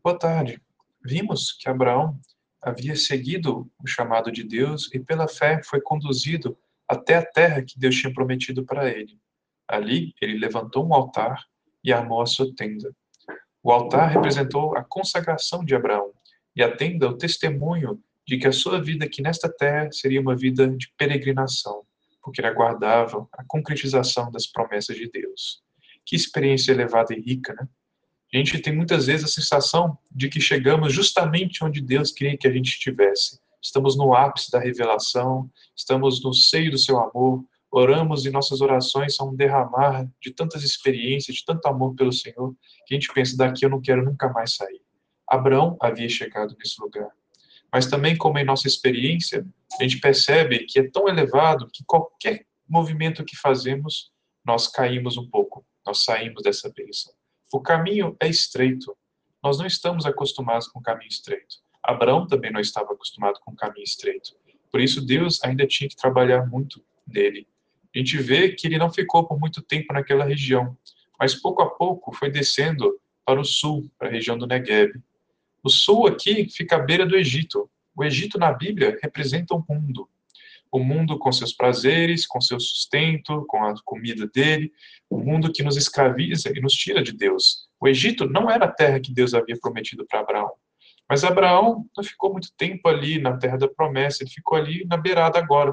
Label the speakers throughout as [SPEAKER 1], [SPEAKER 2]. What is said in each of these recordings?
[SPEAKER 1] Boa tarde. Vimos que Abraão havia seguido o chamado de Deus e, pela fé, foi conduzido até a terra que Deus tinha prometido para ele. Ali, ele levantou um altar e armou a sua tenda. O altar representou a consagração de Abraão e a tenda o testemunho de que a sua vida aqui nesta terra seria uma vida de peregrinação, porque ele aguardava a concretização das promessas de Deus. Que experiência elevada e rica, né? A gente tem muitas vezes a sensação de que chegamos justamente onde Deus queria que a gente estivesse. Estamos no ápice da revelação, estamos no seio do seu amor, oramos e nossas orações são um derramar de tantas experiências, de tanto amor pelo Senhor, que a gente pensa, daqui eu não quero nunca mais sair. Abraão havia chegado nesse lugar. Mas também, como em nossa experiência, a gente percebe que é tão elevado que qualquer movimento que fazemos, nós caímos um pouco, nós saímos dessa bênção. O caminho é estreito. Nós não estamos acostumados com o caminho estreito. Abraão também não estava acostumado com o caminho estreito. Por isso, Deus ainda tinha que trabalhar muito nele. A gente vê que ele não ficou por muito tempo naquela região, mas pouco a pouco foi descendo para o sul, para a região do Negueb. O sul aqui fica à beira do Egito. O Egito na Bíblia representa um mundo. O mundo com seus prazeres, com seu sustento, com a comida dele, o mundo que nos escraviza e nos tira de Deus. O Egito não era a terra que Deus havia prometido para Abraão. Mas Abraão não ficou muito tempo ali na terra da promessa, ele ficou ali na beirada agora.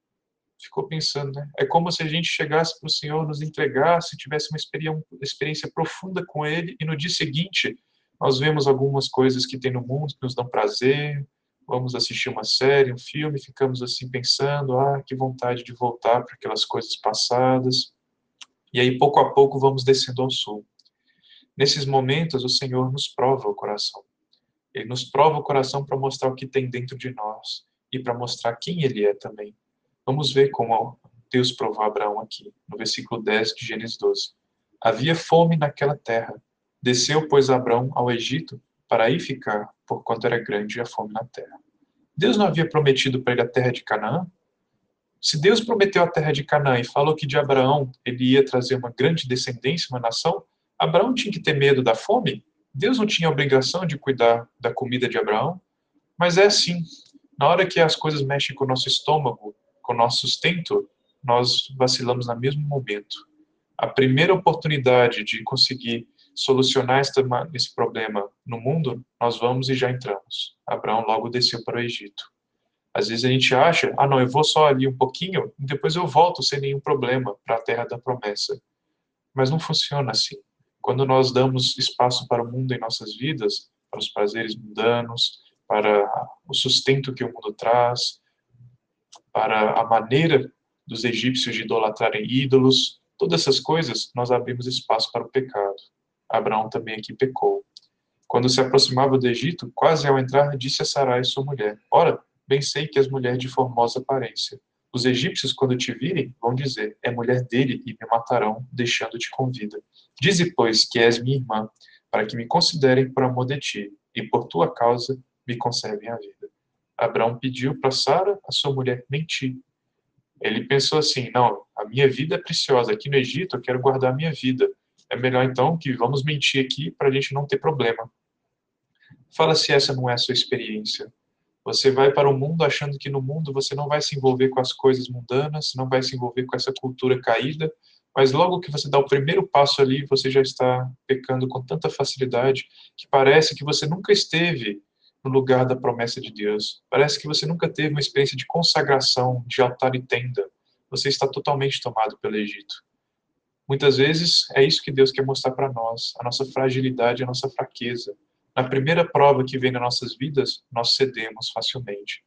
[SPEAKER 1] Ficou pensando, né? É como se a gente chegasse para o Senhor, nos entregasse, tivesse uma experiência profunda com Ele, e no dia seguinte nós vemos algumas coisas que tem no mundo que nos dão prazer, vamos assistir uma série, um filme, ficamos assim pensando, que vontade de voltar para aquelas coisas passadas. E aí, pouco a pouco, vamos descendo ao sul. Nesses momentos, o Senhor nos prova o coração. Ele nos prova o coração para mostrar o que tem dentro de nós e para mostrar quem Ele é também. Vamos ver como Deus provou a Abraão aqui, no versículo 10 de Gênesis 12. Havia fome naquela terra. Desceu, pois, Abraão ao Egito para aí ficar, porquanto era grande a fome na terra. Deus não havia prometido para ele a terra de Canaã? Se Deus prometeu a terra de Canaã e falou que de Abraão ele ia trazer uma grande descendência, uma nação, Abraão tinha que ter medo da fome? Deus não tinha a obrigação de cuidar da comida de Abraão? Mas é assim, na hora que as coisas mexem com o nosso estômago, com o nosso sustento, nós vacilamos no mesmo momento. A primeira oportunidade de conseguir solucionar esse problema no mundo, nós vamos e já entramos. Abraão logo desceu para o Egito. Às vezes a gente acha, não, eu vou só ali um pouquinho e depois eu volto sem nenhum problema para a terra da promessa. Mas não funciona assim. Quando nós damos espaço para o mundo em nossas vidas, para os prazeres mundanos, para o sustento que o mundo traz, para a maneira dos egípcios de idolatrarem ídolos, todas essas coisas, nós abrimos espaço para o pecado. Abraão também aqui pecou. Quando se aproximava do Egito, quase ao entrar, disse a Sarai, sua mulher: Ora, bem sei que és mulher de formosa aparência. Os egípcios, quando te virem, vão dizer: é mulher dele, e me matarão, deixando-te com vida. Dize, pois, que és minha irmã, para que me considerem por amor de ti, e por tua causa me conservem a vida. Abraão pediu para Sara, a sua mulher, mentir. Ele pensou assim: não, a minha vida é preciosa. Aqui no Egito eu quero guardar a minha vida. É melhor então que vamos mentir aqui para a gente não ter problema. Fala se essa não é a sua experiência. Você vai para o mundo achando que no mundo você não vai se envolver com as coisas mundanas, não vai se envolver com essa cultura caída, mas logo que você dá o primeiro passo ali, você já está pecando com tanta facilidade que parece que você nunca esteve no lugar da promessa de Deus. Parece que você nunca teve uma experiência de consagração, de altar e tenda. Você está totalmente tomado pelo Egito. Muitas vezes é isso que Deus quer mostrar para nós, a nossa fragilidade, a nossa fraqueza. Na primeira prova que vem nas nossas vidas, nós cedemos facilmente.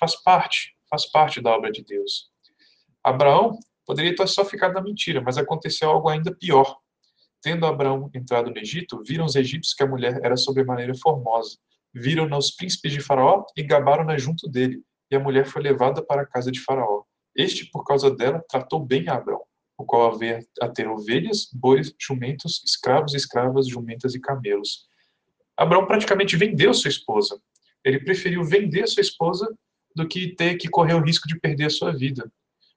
[SPEAKER 1] Faz parte da obra de Deus. Abraão poderia ter só ficado na mentira, mas aconteceu algo ainda pior. Tendo Abraão entrado no Egito, viram os egípcios que a mulher era sobremaneira formosa. Viram-na os príncipes de Faraó e gabaram-na junto dele, e a mulher foi levada para a casa de Faraó. Este, por causa dela, tratou bem a Abraão, o qual havia a ter ovelhas, bois, jumentos, escravos, escravas, jumentas e camelos. Abraão praticamente vendeu sua esposa. Ele preferiu vender sua esposa do que ter que correr o risco de perder a sua vida.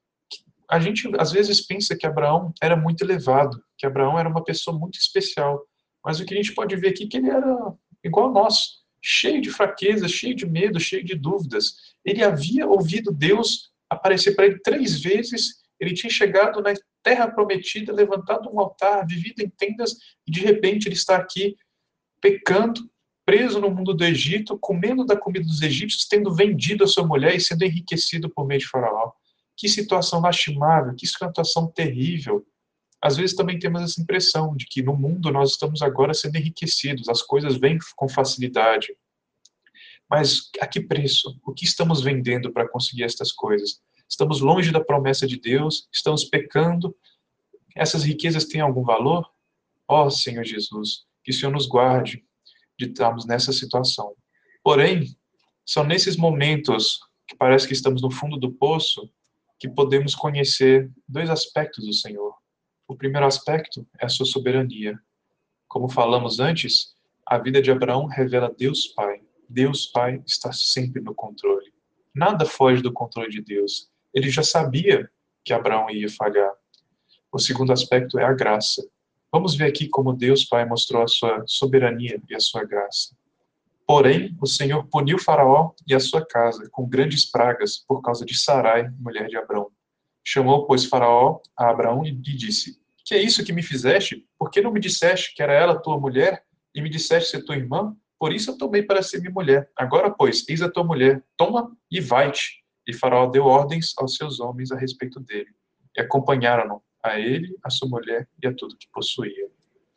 [SPEAKER 1] A gente às vezes pensa que Abraão era muito elevado, que Abraão era uma pessoa muito especial, mas o que a gente pode ver aqui é que igual a nós, cheio de fraquezas, cheio de medo, cheio de dúvidas. Ele havia ouvido Deus aparecer para ele 3 vezes, ele tinha chegado na terra prometida, levantado um altar, vivido em tendas, e de repente ele está aqui pecando, preso no mundo do Egito, comendo da comida dos egípcios, tendo vendido a sua mulher e sendo enriquecido por meio de Faraó. Que situação lastimável, que situação terrível. Às vezes também temos essa impressão de que no mundo nós estamos agora sendo enriquecidos, as coisas vêm com facilidade. Mas a que preço? O que estamos vendendo para conseguir estas coisas? Estamos longe da promessa de Deus, estamos pecando. Essas riquezas têm algum valor? Ó Senhor Jesus, que o Senhor nos guarde de estarmos nessa situação. Porém, são nesses momentos que parece que estamos no fundo do poço que podemos conhecer 2 aspectos do Senhor. O primeiro aspecto é a sua soberania. Como falamos antes, a vida de Abraão revela Deus Pai. Deus Pai está sempre no controle. Nada foge do controle de Deus. Ele já sabia que Abraão ia falhar. O segundo aspecto é a graça. Vamos ver aqui como Deus Pai mostrou a sua soberania e a sua graça. Porém, o Senhor puniu Faraó e a sua casa com grandes pragas por causa de Sarai, mulher de Abrão. Chamou, pois, Faraó a Abraão e lhe disse: Que é isso que me fizeste? Por que não me disseste que era ela tua mulher e me disseste ser tua irmã? Por isso eu tomei para ser minha mulher. Agora, pois, eis a tua mulher. Toma e vai-te. E Faraó deu ordens aos seus homens a respeito dele. E acompanharam-no, a ele, a sua mulher e a tudo que possuía.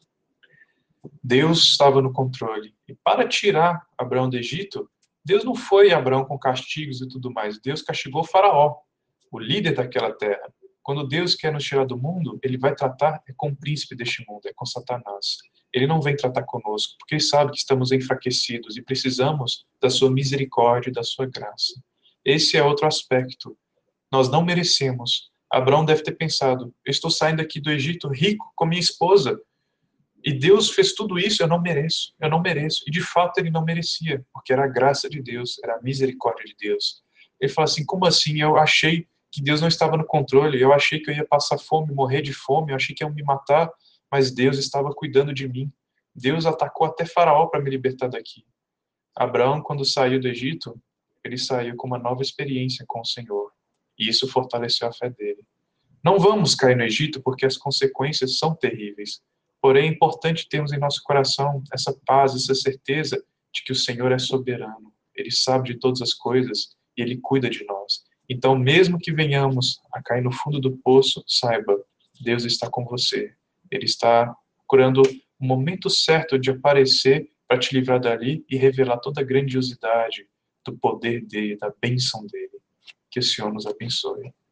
[SPEAKER 1] Deus estava no controle. E para tirar Abraão do Egito, Deus não foi a Abraão com castigos e tudo mais. Deus castigou Faraó, o líder daquela terra. Quando Deus quer nos tirar do mundo, ele vai tratar com o príncipe deste mundo, é com Satanás. Ele não vem tratar conosco, porque ele sabe que estamos enfraquecidos e precisamos da sua misericórdia e da sua graça. Esse é outro aspecto. Nós não merecemos. Abraão deve ter pensado: eu estou saindo aqui do Egito rico com minha esposa, e Deus fez tudo isso, eu não mereço, eu não mereço. E de fato ele não merecia, porque era a graça de Deus, era a misericórdia de Deus. Ele fala assim: como assim? Eu achei que Deus não estava no controle, eu achei que eu ia passar fome, morrer de fome, eu achei que iam me matar, mas Deus estava cuidando de mim. Deus atacou até Faraó para me libertar daqui. Abraão, quando saiu do Egito, ele saiu com uma nova experiência com o Senhor, e isso fortaleceu a fé dele. Não vamos cair no Egito porque as consequências são terríveis. Porém, é importante termos em nosso coração essa paz, essa certeza de que o Senhor é soberano. Ele sabe de todas as coisas e Ele cuida de nós. Então, mesmo que venhamos a cair no fundo do poço, saiba, Deus está com você. Ele está procurando o momento certo de aparecer para te livrar dali e revelar toda a grandiosidade do poder dele, da bênção dele. Que o Senhor nos abençoe.